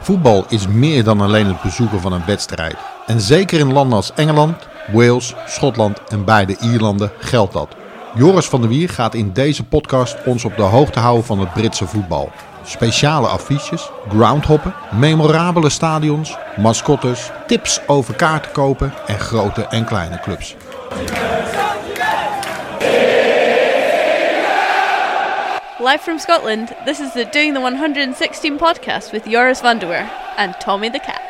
Voetbal is meer dan alleen het bezoeken van een wedstrijd. En zeker in landen als Engeland, Wales, Schotland en beide Ierlanden geldt dat. Joris van der Wier gaat in deze podcast ons op de hoogte houden van het Britse voetbal. Speciale affiches, groundhoppen, memorabele stadions, mascottes, tips over kaarten kopen en grote en kleine clubs. Live from Scotland, this is the Doing the 116 podcast with Joris van der Wier and Tommy the Cat.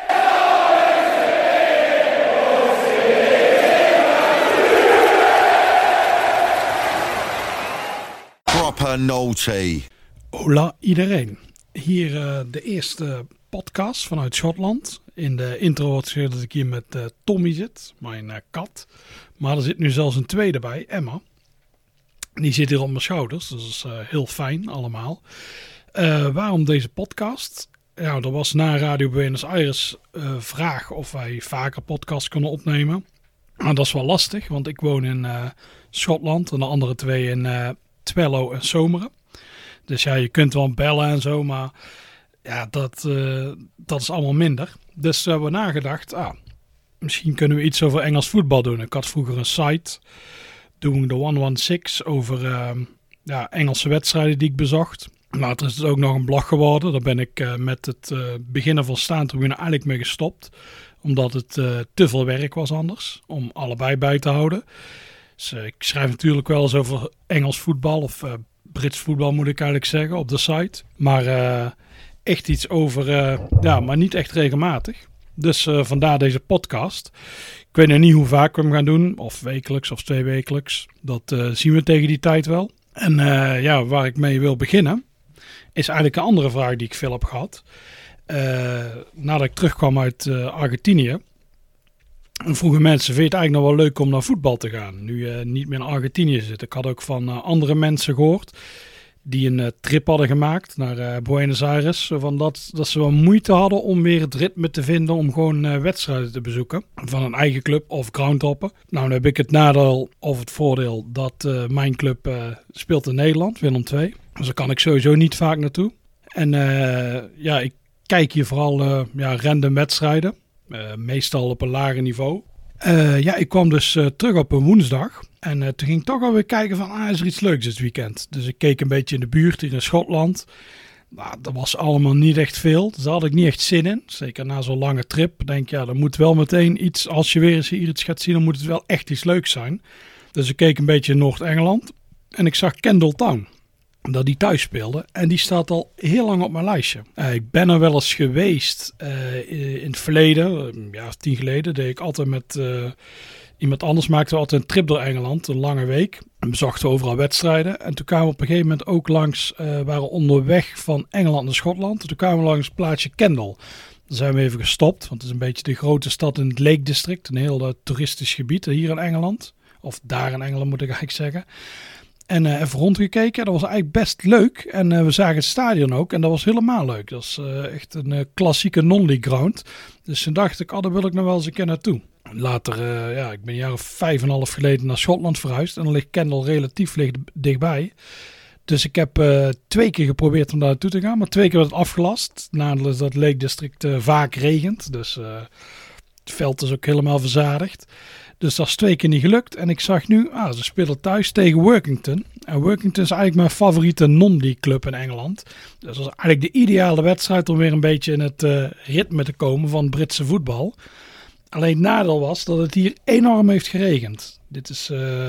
Proper naughty. Hola iedereen. Hier de eerste podcast vanuit Schotland. In de intro wordt gezegd dat ik hier met Tommy zit, mijn kat. Maar er zit nu zelfs een tweede bij, Emma. Die zit hier op mijn schouders, dus dat is heel fijn allemaal. Waarom deze podcast? Ja, er was na Radio Buenos Aires vraag of wij vaker podcasts kunnen opnemen. Maar dat is wel lastig, want ik woon in Schotland en de andere twee in Twello en Zomeren. Dus ja, je kunt wel bellen en zo, maar ja, dat is allemaal minder. Dus we hebben nagedacht, misschien kunnen we iets over Engels voetbal doen. Ik had vroeger een site, Doing the 116, over Engelse wedstrijden die ik bezocht. Later is het ook nog een blog geworden. Daar ben ik met het beginnen van Staantribune eigenlijk mee gestopt. Omdat het te veel werk was anders, om allebei bij te houden. Dus ik schrijf natuurlijk wel eens over Engels voetbal, of Brits voetbal moet ik eigenlijk zeggen, op de site. Maar echt iets over, maar niet echt regelmatig. Dus vandaar deze podcast. Ik weet nog niet hoe vaak we hem gaan doen, of wekelijks of 2 wekelijks. Dat zien we tegen die tijd wel. En waar ik mee wil beginnen, is eigenlijk een andere vraag die ik veel heb gehad. Nadat ik terugkwam uit Argentinië, vroegen mensen, vind je het eigenlijk nog wel leuk om naar voetbal te gaan? Nu niet meer in Argentinië zit. Ik had ook van andere mensen gehoord die een trip hadden gemaakt naar Buenos Aires. Van dat ze wel moeite hadden om weer het ritme te vinden om gewoon wedstrijden te bezoeken. Van een eigen club of groundhoppen. Nou, dan heb ik het nadeel of het voordeel dat mijn club speelt in Nederland, Willem II. Dus daar kan ik sowieso niet vaak naartoe. En ik kijk hier vooral random wedstrijden. Meestal op een lager niveau. Ik kwam dus terug op een woensdag. En toen ging ik toch alweer kijken van, is er iets leuks dit weekend? Dus ik keek een beetje in de buurt hier in Schotland. Nou, dat was allemaal niet echt veel. Dus daar had ik niet echt zin in. Zeker na zo'n lange trip. Denk er moet wel meteen iets, als je weer eens hier iets gaat zien, dan moet het wel echt iets leuks zijn. Dus ik keek een beetje in Noord-Engeland. En ik zag Kendal Town. Dat die thuis speelde. En die staat al heel lang op mijn lijstje. Ik ben er wel eens geweest in het verleden. Een jaar of 10 geleden deed ik altijd met iemand anders. Maakten we altijd een trip door Engeland. Een lange week. En bezochten overal wedstrijden. En toen kwamen we op een gegeven moment ook langs. Waren onderweg van Engeland naar Schotland. En toen kwamen we langs het plaatsje Kendal. Daar zijn we even gestopt. Want het is een beetje de grote stad in het Lake District. Een heel toeristisch gebied hier in Engeland. Of daar in Engeland moet ik eigenlijk zeggen. En even rondgekeken. Dat was eigenlijk best leuk. En we zagen het stadion ook. En dat was helemaal leuk. Dat is echt een klassieke non-league ground. Dus toen dacht ik, daar wil ik nog wel eens een keer naartoe. Later, ik ben een jaar of 5,5 geleden naar Schotland verhuisd. En dan ligt Kendal relatief dichtbij. Dus ik heb 2 keer geprobeerd om daar naartoe te gaan. Maar 2 keer werd het afgelast. Nadat dat Lake District vaak regent. Dus het veld is ook helemaal verzadigd. Dus dat is 2 keer niet gelukt. En ik zag nu, ze spelen thuis tegen Workington. En Workington is eigenlijk mijn favoriete non-league club in Engeland. Dus dat is eigenlijk de ideale wedstrijd om weer een beetje in het ritme te komen van Britse voetbal. Alleen het nadeel was dat het hier enorm heeft geregend. Dit is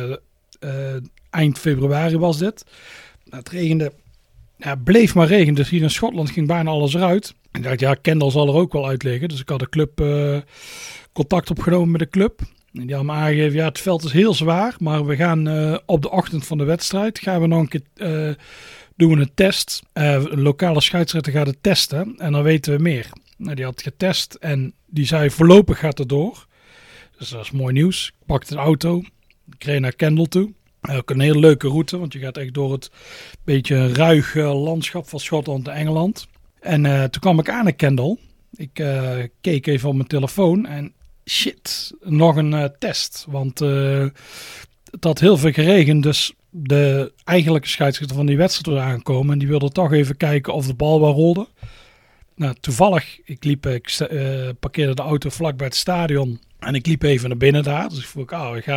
eind februari was dit. Het regende, bleef maar regenen. Dus hier in Schotland ging bijna alles eruit. En ik dacht, Kendal zal er ook wel uit liggen. Dus ik had de club contact opgenomen met de club. En die hadden me aangegeven, het veld is heel zwaar, maar we gaan op de ochtend van de wedstrijd, gaan we nog een keer, doen we een test. Een lokale scheidsrechter gaat het testen en dan weten we meer. Nou, die had getest en die zei voorlopig gaat het door. Dus dat is mooi nieuws. Ik pakte de auto, ik reed naar Kendal toe. Ook een hele leuke route, want je gaat echt door het beetje ruige landschap van Schotland en Engeland. En toen kwam ik aan naar Kendal. Ik keek even op mijn telefoon en shit, nog een test. Want het had heel veel geregend, dus de eigenlijke scheidsrechter van die wedstrijd was aangekomen. En die wilde toch even kijken of de bal wel rolde. Nou, toevallig, ik parkeerde de auto vlak bij het stadion en ik liep even naar binnen daar. Dus ik vroeg,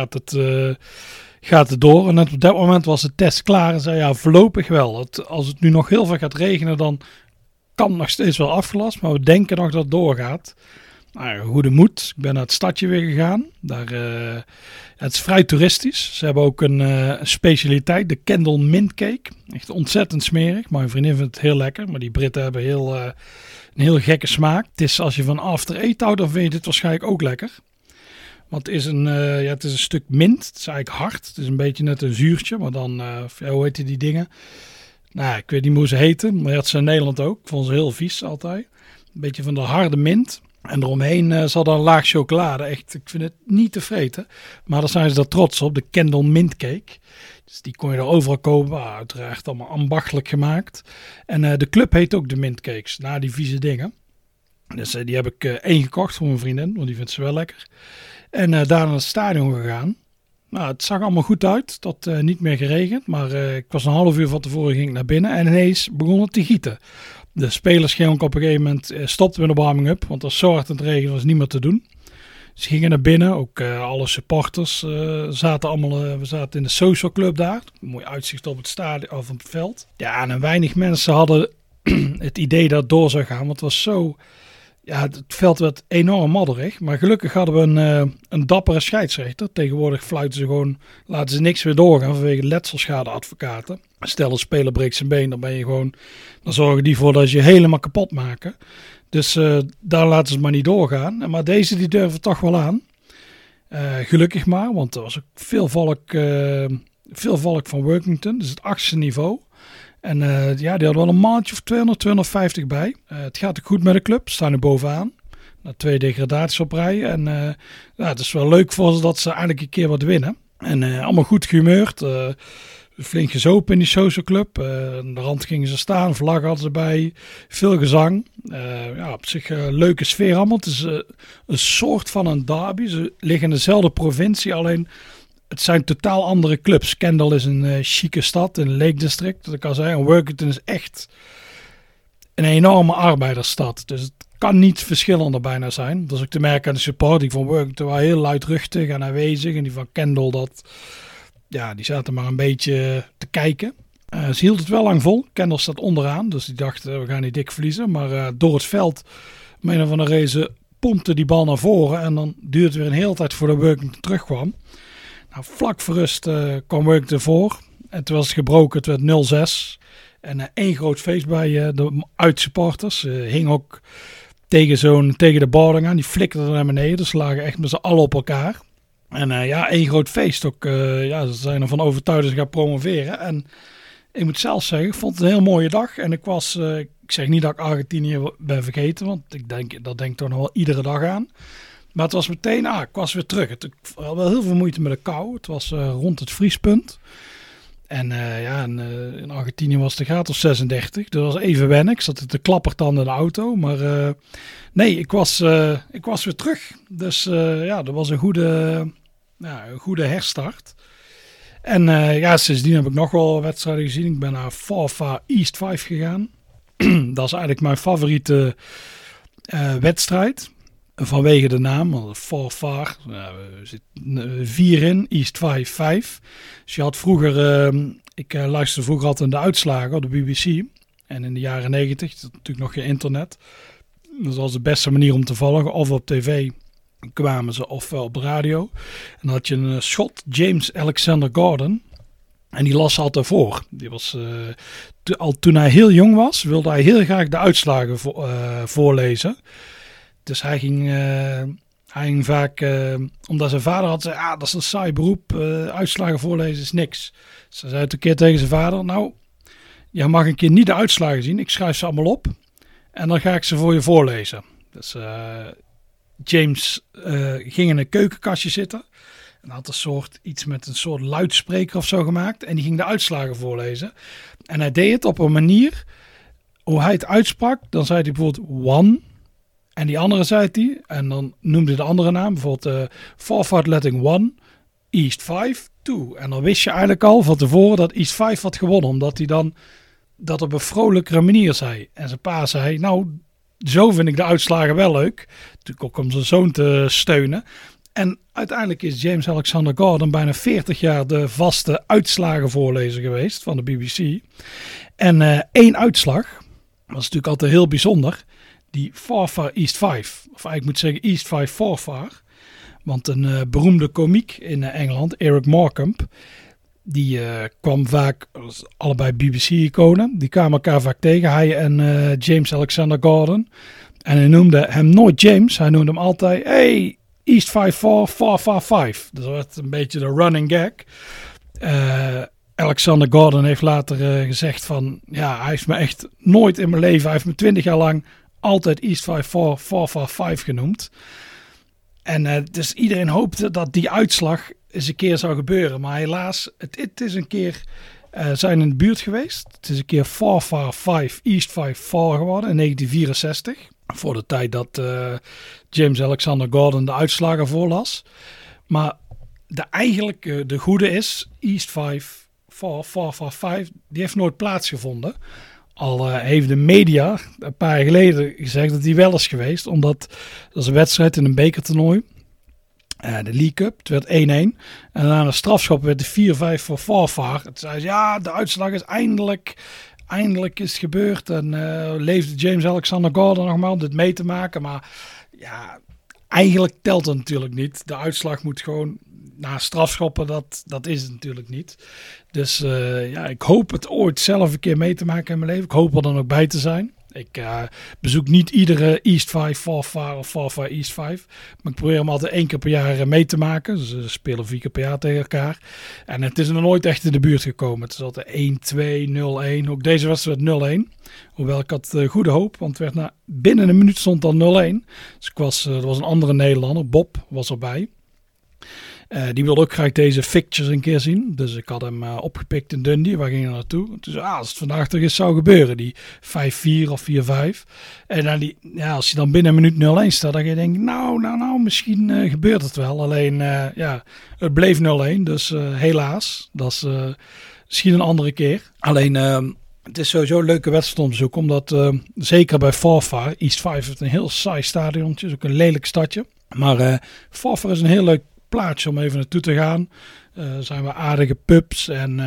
gaat het door? En net op dat moment was de test klaar en zei, ja, voorlopig wel. Als het nu nog heel veel gaat regenen, dan kan het nog steeds wel afgelast, maar we denken nog dat het doorgaat. Nou, goede moed. Ik ben naar het stadje weer gegaan. Daar, het is vrij toeristisch. Ze hebben ook een specialiteit, de Kendal Mint Cake. Echt ontzettend smerig. Mijn vriendin vindt het heel lekker, maar die Britten hebben een heel gekke smaak. Het is, als je van after eat houdt, dan vind je dit waarschijnlijk ook lekker. Want het is een stuk mint. Het is eigenlijk hard. Het is een beetje net een zuurtje, maar dan, hoe heet die dingen? Nou, ik weet niet hoe ze heten, maar je had ze in Nederland ook. Ik vond ze heel vies altijd. Een beetje van de harde mint. En eromheen zat dan een laag chocolade. Echt, ik vind het niet te vreten. Maar daar zijn ze er trots op. De Kendal Mint Cake. Dus die kon je er overal kopen. Uiteraard allemaal ambachtelijk gemaakt. En de club heet ook de Mint Cakes. Na die vieze dingen. Dus die heb ik 1 gekocht voor mijn vriendin. Want die vindt ze wel lekker. En daar naar het stadion gegaan. Nou, het zag allemaal goed uit. Het had niet meer geregend. Maar ik was een half uur van tevoren ging ik naar binnen. En ineens begon het te gieten. De spelers gingen ook op een gegeven moment, stopten met de warming-up, want er was zo hard aan het regenen, was niet meer te doen. Ze gingen naar binnen, ook alle supporters zaten allemaal, we zaten in de social club daar. Mooi uitzicht op het stadion of op het veld. Ja, en weinig mensen hadden het idee dat het door zou gaan, want het was zo, ja, het veld werd enorm modderig. Maar gelukkig hadden we een dappere scheidsrechter. Tegenwoordig fluiten ze gewoon, laten ze niks weer doorgaan vanwege letselschadeadvocaten. Stel een speler breekt zijn been, dan zorgen die voor dat je helemaal kapot maken. Dus daar laten ze het maar niet doorgaan. Maar deze die durven toch wel aan. Gelukkig maar, want er was ook veel volk van Workington. Dus het 8e niveau. En die hadden wel een maandje of 200, 250 bij. Het gaat ook goed met de club. Ze staan nu bovenaan. 2 degradaties op rij. En het is wel leuk voor ze dat ze eindelijk een keer wat winnen. En allemaal goed gehumeurd. Flink gezopen in die social club. Aan de rand gingen ze staan. Vlag hadden ze bij. Veel gezang. Op zich leuke sfeer allemaal. Het is een soort van een derby. Ze liggen in dezelfde provincie. Alleen het zijn totaal andere clubs. Kendal is een chique stad in Lake District. Dat ik al zei. En Workington is echt een enorme arbeidersstad. Dus het kan niet verschillender bijna zijn. Dat is ook te merken aan de support. Die van Workington waren heel luidruchtig en aanwezig. En die van Kendal die zaten maar een beetje te kijken. Ze hield het wel lang vol. Kendal staat onderaan. Dus die dachten, we gaan niet dik verliezen. Maar door het veld, met een van de race, pompte die bal naar voren. En dan duurde het weer een hele tijd voordat Workington terugkwam. Nou, vlak voor rust kwam Workington voor. En toen was het gebroken. Het werd 0-6. En 1 groot feest bij de uitsupporters. Hing ook tegen de boarding aan. Die flikkerden naar beneden. Dus ze lagen echt met z'n allen op elkaar. En 1 groot feest ook. Ze zijn ervan overtuigd dat ze gaan promoveren. En ik moet zelf zeggen, ik vond het een heel mooie dag. En ik zeg niet dat ik Argentinië ben vergeten, want dat denk ik toch nog wel iedere dag aan. Maar het was meteen, ik was weer terug. Ik had wel heel veel moeite met de kou. Het was rond het vriespunt. En in Argentinië was de graad of 36. Dat was even wennen. Ik zat te klappertanden in de auto. Maar ik was weer terug. Dus dat was een goede herstart. En sindsdien heb ik nog wel wedstrijden gezien. Ik ben naar Forfar East 5 gegaan. Dat is eigenlijk mijn favoriete wedstrijd. Vanwege de naam, Forfar, er zitten 4 in, East 5. Dus je had vroeger, ik luisterde vroeger altijd naar de uitslagen op de BBC. En in de jaren 90, dat natuurlijk nog geen internet. Dat was de beste manier om te volgen. Of op tv kwamen ze, ofwel op de radio. En dan had je een Schot, James Alexander Gordon. En die las altijd voor. Die was, toen hij heel jong was, wilde hij heel graag de uitslagen voorlezen. Dus hij ging vaak, omdat zijn vader had gezegd, dat is een saai beroep, uitslagen voorlezen is niks. Dus hij zei een keer tegen zijn vader, nou, jij mag een keer niet de uitslagen zien, ik schrijf ze allemaal op en dan ga ik ze voor je voorlezen. Dus James ging in een keukenkastje zitten en had iets met een soort luidspreker of zo gemaakt en die ging de uitslagen voorlezen. En hij deed het op een manier, hoe hij het uitsprak, dan zei hij bijvoorbeeld one. En die andere zei hij, en dan noemde de andere naam, bijvoorbeeld Forward Letting 1, East 5, 2. En dan wist je eigenlijk al van tevoren dat East 5 had gewonnen, omdat hij dan dat op een vrolijkere manier zei. En zijn pa zei, nou, zo vind ik de uitslagen wel leuk. Natuurlijk ook om zijn zoon te steunen. En uiteindelijk is James Alexander Gordon bijna 40 jaar de vaste uitslagenvoorlezer geweest van de BBC. En 1 uitslag, dat is natuurlijk altijd heel bijzonder, die Far East 5. Of eigenlijk moet ik zeggen East 5 Far. Want een beroemde komiek in Engeland, Eric Morecambe, die kwam vaak, allebei BBC-iconen, die kwamen elkaar vaak tegen, hij en James Alexander Gordon. En hij noemde hem nooit James, hij noemde hem altijd, hey, East 5 Far 5. Dus dat werd een beetje de running gag. Alexander Gordon heeft later gezegd van, ja, hij heeft me echt nooit in mijn leven, hij heeft me 20 jaar lang altijd East 5 Far 5 genoemd. En dus iedereen hoopte dat die uitslag eens een keer zou gebeuren. Maar helaas, het is een keer, zijn in de buurt geweest. Het is een keer Far 5, East 5 Far geworden in 1964. Voor de tijd dat James Alexander Gordon de uitslagen voorlas. Maar de goede is, East 5 Far 5, die heeft nooit plaatsgevonden. Al heeft de media een paar jaar geleden gezegd dat die wel is geweest. Omdat dat is een wedstrijd in een bekertoernooi. De League Cup. Het werd 1-1. En na een strafschop werd de 4-5 voor Far. Het zei ja, de uitslag is eindelijk is het gebeurd. En leefde James Alexander Gordon nog maar om dit mee te maken. Maar ja, eigenlijk telt het natuurlijk niet. De uitslag moet gewoon na strafschoppen, dat is het natuurlijk niet. Dus ik hoop het ooit zelf een keer mee te maken in mijn leven. Ik hoop er dan ook bij te zijn. Ik bezoek niet iedere East 5 Far of Far East 5. Maar ik probeer hem altijd 1 keer per jaar mee te maken. Dus ze spelen 4 keer per jaar tegen elkaar. En het is er nog nooit echt in de buurt gekomen. Het is altijd 1-2, 0-1. Ook deze wedstrijd 0-1. Hoewel ik had goede hoop. Want het werd binnen een minuut stond al 0-1. Dus er was een andere Nederlander. Bob was erbij. Die wilde ook graag deze fixtures een keer zien. Dus ik had hem opgepikt in Dundee. Waar ging hij naartoe? Dus als het vandaag toch eens zou gebeuren. Die 5-4 of 4-5. En dan als hij dan binnen een minuut 0-1 staat. Dan ga je denken, nou, misschien gebeurt het wel. Alleen, het bleef 0-1. Dus helaas. Dat is misschien een andere keer. Alleen, het is sowieso een leuke wedstrijd om te zoeken. Omdat, zeker bij Far, East 5 heeft een heel saai stadiontje. Is ook een lelijk stadje. Maar Far is een heel leuk plaatsje om even naartoe te gaan. Zijn we aardige pubs en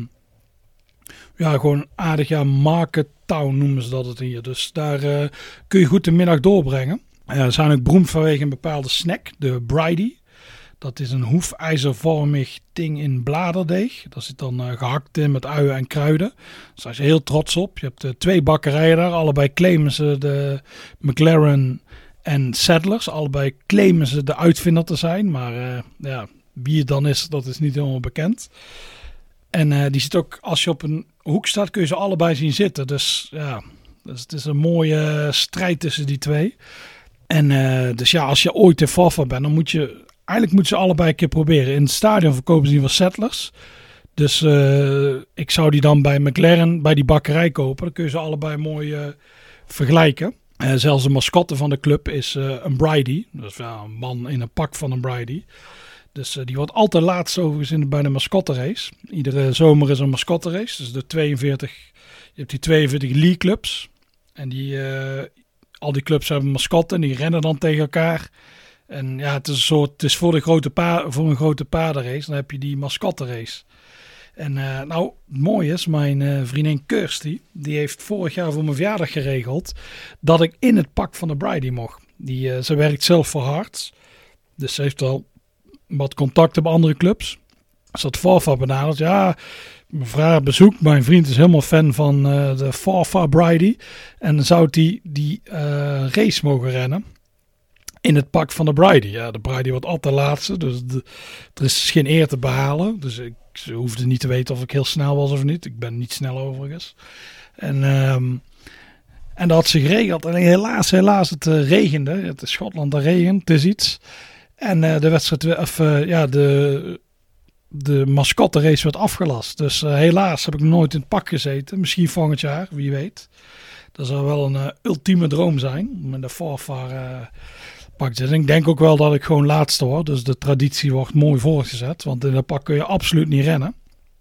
gewoon aardig, Market Town noemen ze dat het hier. Dus daar kun je goed de middag doorbrengen. Er zijn ook beroemd vanwege een bepaalde snack, de Bridie. Dat is een hoefijzervormig ding in bladerdeeg. Dat zit dan gehakt in met uien en kruiden. Dus daar is je heel trots op. Je hebt 2 bakkerijen daar. Allebei claimen ze de McLaren en Sadlers. Allebei claimen ze de uitvinder te zijn. Maar wie het dan is, dat is niet helemaal bekend. En die zit ook, als je op een hoek staat, kun je ze allebei zien zitten. Dus ja, het is een mooie strijd tussen die twee. En dus ja, als je ooit in Far bent, dan moet je ze allebei een keer proberen. In het stadion verkopen ze die van Sadlers. Dus ik zou die dan bij McLaren, bij die bakkerij kopen. Dan kun je ze allebei mooi vergelijken. Zelfs de mascotte van de club is een Bridie. Dat is een man in een pak van een Bridie. Dus die wordt altijd laatst overigens bij de mascotterace. Iedere zomer is een mascotterace. Dus je hebt die 42 League clubs. En al die clubs hebben een mascotte en die rennen dan tegen elkaar. En ja, het is voor een grote paardenrace. Dan heb je die mascotterace. En het mooie is, mijn vriendin Kirsty, die heeft vorig jaar voor mijn verjaardag geregeld dat ik in het pak van de Bridie mocht. Ze werkt zelf voor Hearts. Dus ze heeft al wat contacten bij andere clubs. Ze had Far benaderd. Ja, mevrouw bezoek. Mijn vriend is helemaal fan van de Far Bridie. En dan zou die race mogen rennen in het pak van de Bridie. Ja, de Bridie wordt altijd laatste. Dus er is geen eer te behalen. Dus ze hoefde niet te weten of ik heel snel was of niet. Ik ben niet snel overigens. En dat had ze geregeld. En helaas, het regende. Het is Schotland, er regent. Het is iets. En de wedstrijd, de mascotterace werd afgelast. Dus helaas heb ik nooit in het pak gezeten. Misschien volgend jaar, wie weet. Dat zou wel een ultieme droom zijn. Om in de Far pak te zitten. Ik denk ook wel dat ik gewoon laatste word. Dus de traditie wordt mooi voortgezet. Want in dat pak kun je absoluut niet rennen.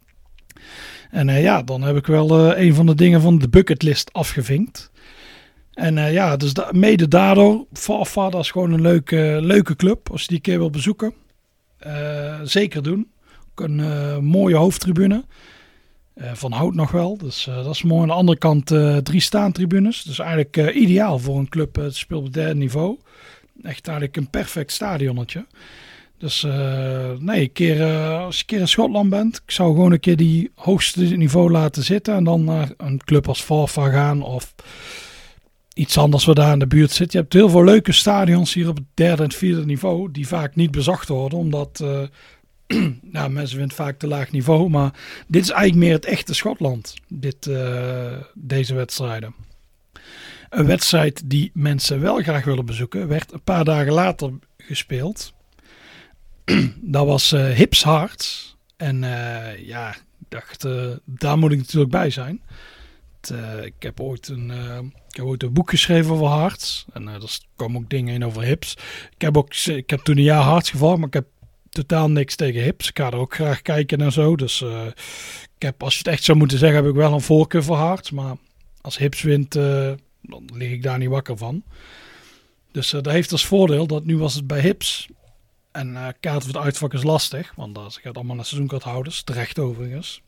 En dan heb ik wel een van de dingen van de bucketlist afgevinkt. En dus mede daardoor, Farfar, dat is gewoon een leuke club. Als je die een keer wil bezoeken, zeker doen. Ook een mooie hoofdtribune. Van hout nog wel, dus dat is mooi. Aan de andere kant 3 staantribunes. Dus eigenlijk ideaal voor een club te spelen op het 3e niveau. Echt eigenlijk een perfect stadionnetje. Dus als je een keer in Schotland bent, ik zou gewoon een keer die hoogste niveau laten zitten. En dan naar een club als Farfar gaan of iets anders wat daar in de buurt zit. Je hebt heel veel leuke stadions hier op het 3e en 4e niveau die vaak niet bezocht worden, omdat mensen vinden het vaak te laag niveau. Maar dit is eigenlijk meer het echte Schotland, deze wedstrijden. Een wedstrijd die mensen wel graag willen bezoeken, werd een paar dagen later gespeeld. Dat was Hibs Hearts. En ik dacht, daar moet ik natuurlijk bij zijn. Ik heb ooit een boek geschreven over Hearts. En er komen ook dingen in over Hibs. Ik heb toen een jaar Hearts gevolgd, maar ik heb totaal niks tegen Hibs. Ik ga er ook graag kijken en zo. Dus als je het echt zou moeten zeggen, heb ik wel een voorkeur voor Hearts. Maar als Hibs wint, dan lig ik daar niet wakker van. Dus dat heeft als voordeel dat nu was het bij Hibs. En kaarten voor het uitvak is lastig, want ze gaat allemaal naar seizoenkaarthouders. Terecht overigens.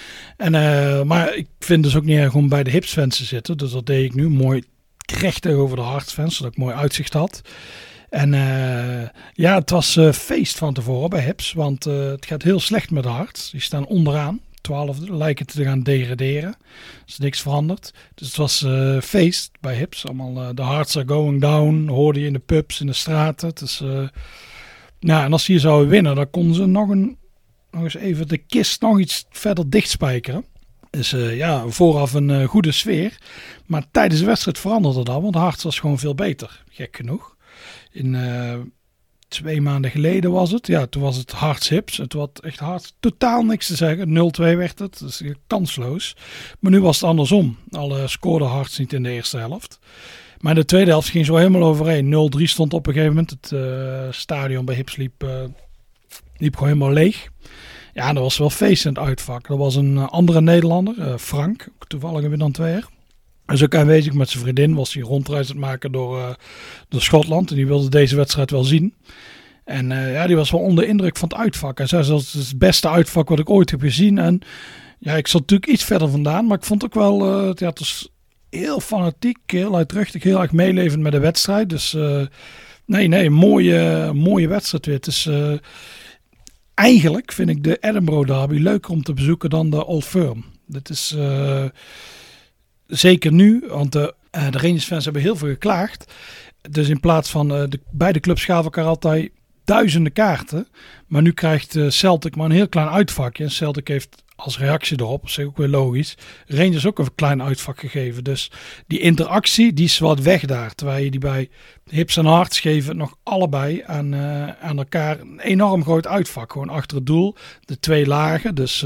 Maar ik vind dus ook niet erg om bij de Hibs-fans te zitten. Dus dat deed ik nu mooi recht tegenover de Hearts-fans, zodat ik mooi uitzicht had. En het was feest van tevoren bij Hibs, want het gaat heel slecht met de Hearts. Die staan onderaan. 12e lijken te gaan degraderen. Er is niks veranderd. Dus het was feest bij Hibs. Allemaal de Hearts are going down. Hoorde je in de pubs, in de straten. Dus, en als ze hier zouden winnen, dan konden ze nog eens even de kist nog iets verder dichtspijkeren. Dus vooraf een goede sfeer. Maar tijdens de wedstrijd veranderde dat, want de Hearts was gewoon veel beter. Gek genoeg. In 2 maanden geleden was het. Ja, toen was het Hearts Hibs. Het was echt hard. Totaal niks te zeggen. 0-2 werd het. Dus kansloos. Maar nu was het andersom. Alle scoorde Hearts niet in de eerste helft. Maar in de tweede helft ging zo helemaal overeen. 0-3 stond op een gegeven moment. Het stadion bij Hibs liep gewoon helemaal leeg. Ja, dat was wel feest in het uitvak. Er was een andere Nederlander, Frank. Toevallig een Willem-II'er. Hij is ook aanwezig met zijn vriendin. Was hij rondreis aan het maken door Schotland. En die wilde deze wedstrijd wel zien. En die was wel onder indruk van het uitvak. Hij zei dat het is het beste uitvak wat ik ooit heb gezien. En ja, ik zat natuurlijk iets verder vandaan. Maar ik vond ook wel, het was heel fanatiek, heel uitruchtig, heel erg meelevend met de wedstrijd. Dus een mooie wedstrijd weer. Het is, eigenlijk vind ik de Edinburgh Derby leuker om te bezoeken dan de Old Firm. Dat is zeker nu, want de Rangers fans hebben heel veel geklaagd. Dus in plaats van beide clubs gaven elkaar altijd duizenden kaarten. Maar nu krijgt Celtic maar een heel klein uitvakje. En Celtic heeft als reactie erop, dat is ook weer logisch, Rangers ook een klein uitvak gegeven. Dus die interactie, die is wat weg daar. Terwijl je die bij Hibs en Hearts geven nog allebei aan elkaar een enorm groot uitvak. Gewoon achter het doel, de 2 lagen. Dus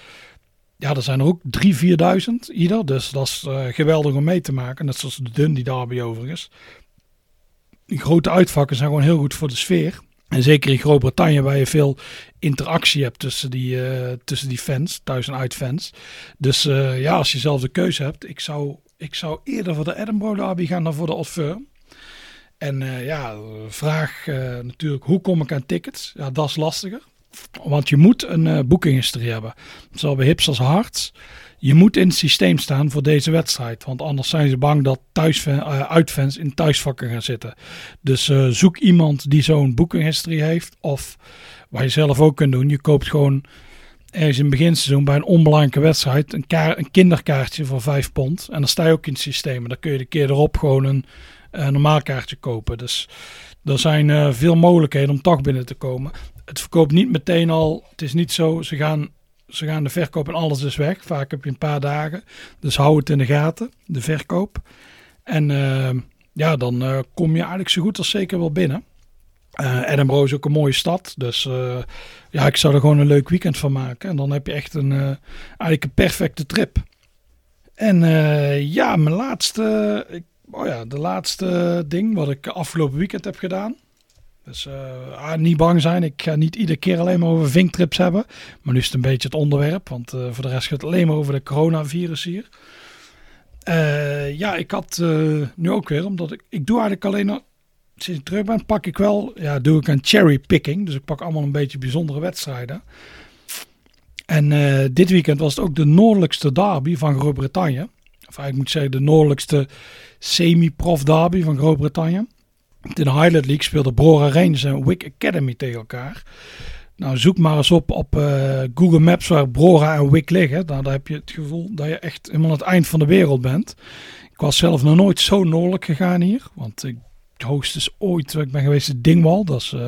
er zijn er ook 3.000-4.000 ieder. Dus dat is geweldig om mee te maken. Net zoals de Dundee Derby overigens. Die grote uitvakken zijn gewoon heel goed voor de sfeer. En zeker in Groot-Brittannië, waar je veel interactie hebt tussen die fans, thuis- en uitfans. Dus als je zelf de keuze hebt, ik zou eerder voor de Edinburgh Derby gaan dan voor de Old Firm. En vraag natuurlijk, hoe kom ik aan tickets? Ja, dat is lastiger. Want je moet een boekinghistorie hebben. Zowel bij Hibs als Hearts. Je moet in het systeem staan voor deze wedstrijd. Want anders zijn ze bang dat uitfans in thuisvakken gaan zitten. Dus zoek iemand die zo'n boekinghistorie heeft. Of wat je zelf ook kunt doen. Je koopt gewoon ergens in het beginseizoen bij een onbelangrijke wedstrijd een kinderkaartje voor £5. En dan sta je ook in het systeem. En dan kun je de keer erop gewoon een normaal kaartje kopen. Dus er zijn veel mogelijkheden om toch binnen te komen. Het verkoopt niet meteen al. Het is niet zo, ze gaan de verkoop en alles is weg. Vaak heb je een paar dagen. Dus hou het in de gaten, de verkoop. En dan kom je eigenlijk zo goed als zeker wel binnen. Edinburgh is ook een mooie stad. Dus ik zou er gewoon een leuk weekend van maken. En dan heb je echt eigenlijk een perfecte trip. En mijn laatste... de laatste ding wat ik afgelopen weekend heb gedaan. Dus niet bang zijn. Ik ga niet iedere keer alleen maar over vinktrips hebben. Maar nu is het een beetje het onderwerp. Want voor de rest gaat het alleen maar over de coronavirus hier. Ja, ik had nu ook weer, omdat ik doe eigenlijk alleen, sinds ik terug ben, pak ik wel, doe ik een cherry picking. Dus ik pak allemaal een beetje bijzondere wedstrijden. En dit weekend was het ook de noordelijkste derby van Groot-Brittannië. Of eigenlijk moet ik zeggen de noordelijkste semi-prof derby van Groot-Brittannië. In de Highland League speelden Brora Rangers en Wick Academy tegen elkaar. Nou, zoek maar eens op Google Maps waar Brora en Wick liggen. Nou, daar heb je het gevoel dat je echt helemaal aan het eind van de wereld bent. Ik was zelf nog nooit zo noordelijk gegaan hier. Want het hoogste is ooit, ik ben geweest in Dingwall.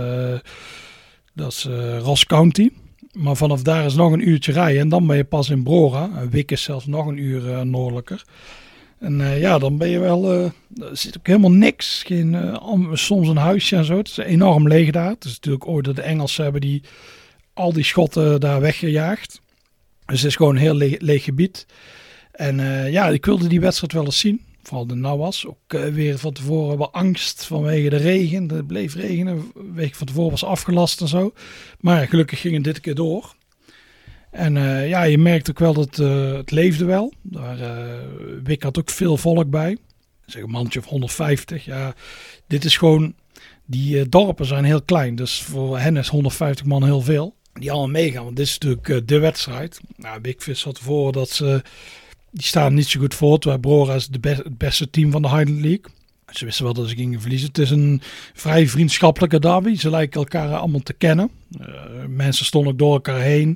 Dat is Ross County. Maar vanaf daar is nog een uurtje rijden. En dan ben je pas in Brora. Wick is zelfs nog een uur noordelijker. En dan ben je wel... er zit ook helemaal niks. Soms een huisje en zo. Het is enorm leeg daar. Het is natuurlijk ooit dat de Engelsen hebben die al die Schotten daar weggejaagd. Dus het is gewoon een heel leeg gebied. En ik wilde die wedstrijd wel eens zien. Vooral de Nawas. Ook weer van tevoren wel angst vanwege de regen. Het bleef regenen. De week van tevoren was afgelast en zo. Maar gelukkig ging het dit keer door. En je merkt ook wel dat het leefde wel. Wick had ook veel volk bij. Zeg een mandje of 150. Ja, dit is gewoon... Die dorpen zijn heel klein. Dus voor hen is 150 man heel veel. Die allemaal meegaan. Want dit is natuurlijk de wedstrijd. Nou, Wick wist van tevoren dat ze... Die staan niet zo goed voor. Terwijl Brora is het beste team van de Highland League. Ze wisten wel dat ze gingen verliezen. Het is een vrij vriendschappelijke derby. Ze lijken elkaar allemaal te kennen. Mensen stonden ook door elkaar heen.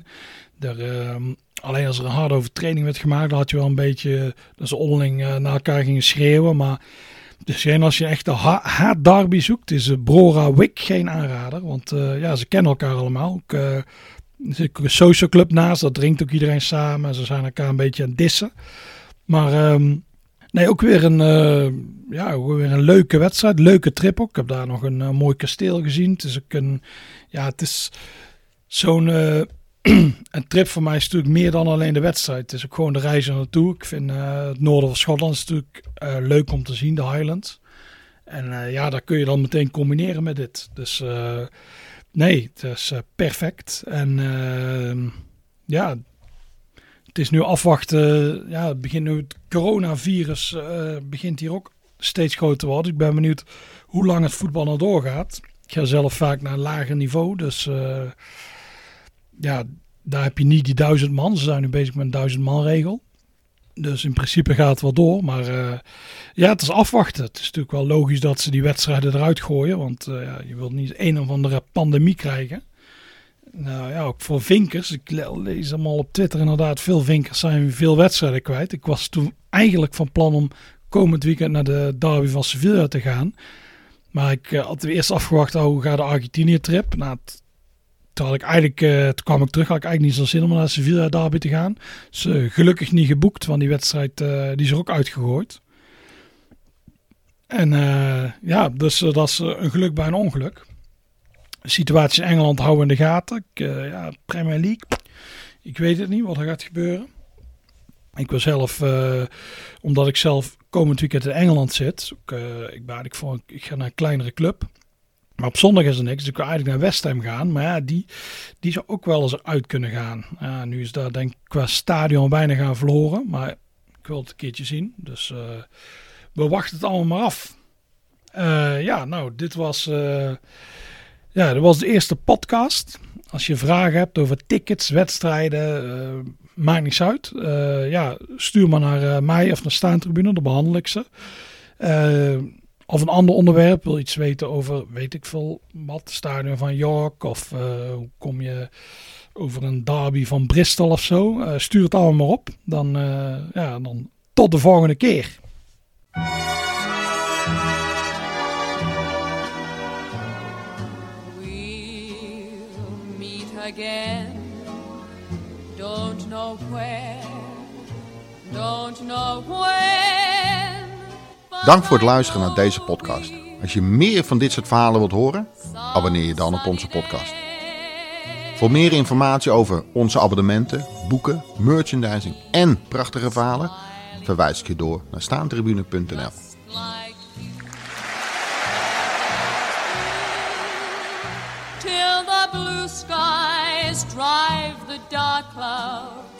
Alleen als er een harde overtreding werd gemaakt, dan had je wel een beetje dat ze onderling naar elkaar gingen schreeuwen. Maar dus als je echt een hard derby zoekt, is Brora Wick geen aanrader. Want ze kennen elkaar allemaal. Er zit ook een social club naast, dat drinkt ook iedereen samen. Ze zijn elkaar een beetje aan het dissen. Maar ook weer een leuke wedstrijd, leuke trip ook. Ik heb daar nog een mooi kasteel gezien. Het is ook het is zo'n... een trip voor mij is natuurlijk meer dan alleen de wedstrijd. Het is ook gewoon de reis er naartoe. Ik vind het noorden van Schotland is natuurlijk leuk om te zien, de Highlands. En daar kun je dan meteen combineren met dit. Dus het is perfect. En het is nu afwachten. Ja, het coronavirus begint hier ook steeds groter te worden. Ik ben benieuwd hoe lang het voetbal nog doorgaat. Ik ga zelf vaak naar een lager niveau, dus... daar heb je niet die 1000 man. Ze zijn nu bezig met een 1000 man regel. Dus in principe gaat het wel door. Maar het is afwachten. Het is natuurlijk wel logisch dat ze die wedstrijden eruit gooien. Want je wilt niet een of andere pandemie krijgen. Ook voor vinkers. Ik lees allemaal op Twitter inderdaad. Veel vinkers zijn veel wedstrijden kwijt. Ik was toen eigenlijk van plan om komend weekend naar de derby van Sevilla te gaan. Maar ik had eerst afgewacht, hoe gaat de Argentinië-trip? Toen kwam ik terug, had ik eigenlijk niet zo zin om naar de Sevilla derby te gaan. Dus gelukkig niet geboekt, want die wedstrijd die is er ook uitgegooid. En dus dat is een geluk bij een ongeluk. De situatie in Engeland houden we in de gaten. Premier League, ik weet het niet wat er gaat gebeuren. Ik wil zelf, omdat ik zelf komend weekend in Engeland zit, ik ga naar een kleinere club. Maar op zondag is er niks, dus ik wil eigenlijk naar West Ham gaan. Maar die zou ook wel eens uit kunnen gaan. Nu is daar denk ik qua stadion bijna gaan verloren. Maar ik wil het een keertje zien. Dus we wachten het allemaal maar af. Dit was de eerste podcast. Als je vragen hebt over tickets, wedstrijden, maakt niks uit. Stuur maar naar mij of naar Staantribune, dan behandel ik ze. Of een ander onderwerp, wil iets weten over, weet ik veel, wat, stadion van York of hoe kom je over een derby van Bristol of zo. Stuur het allemaal maar op. Dan tot de volgende keer. We'll meet again. Don't know where. Don't know when. Dank voor het luisteren naar deze podcast. Als je meer van dit soort verhalen wilt horen, abonneer je dan op onze podcast. Voor meer informatie over onze abonnementen, boeken, merchandising en prachtige verhalen, verwijs ik je door naar staantribune.nl. Till the blue skies drive the dark cloud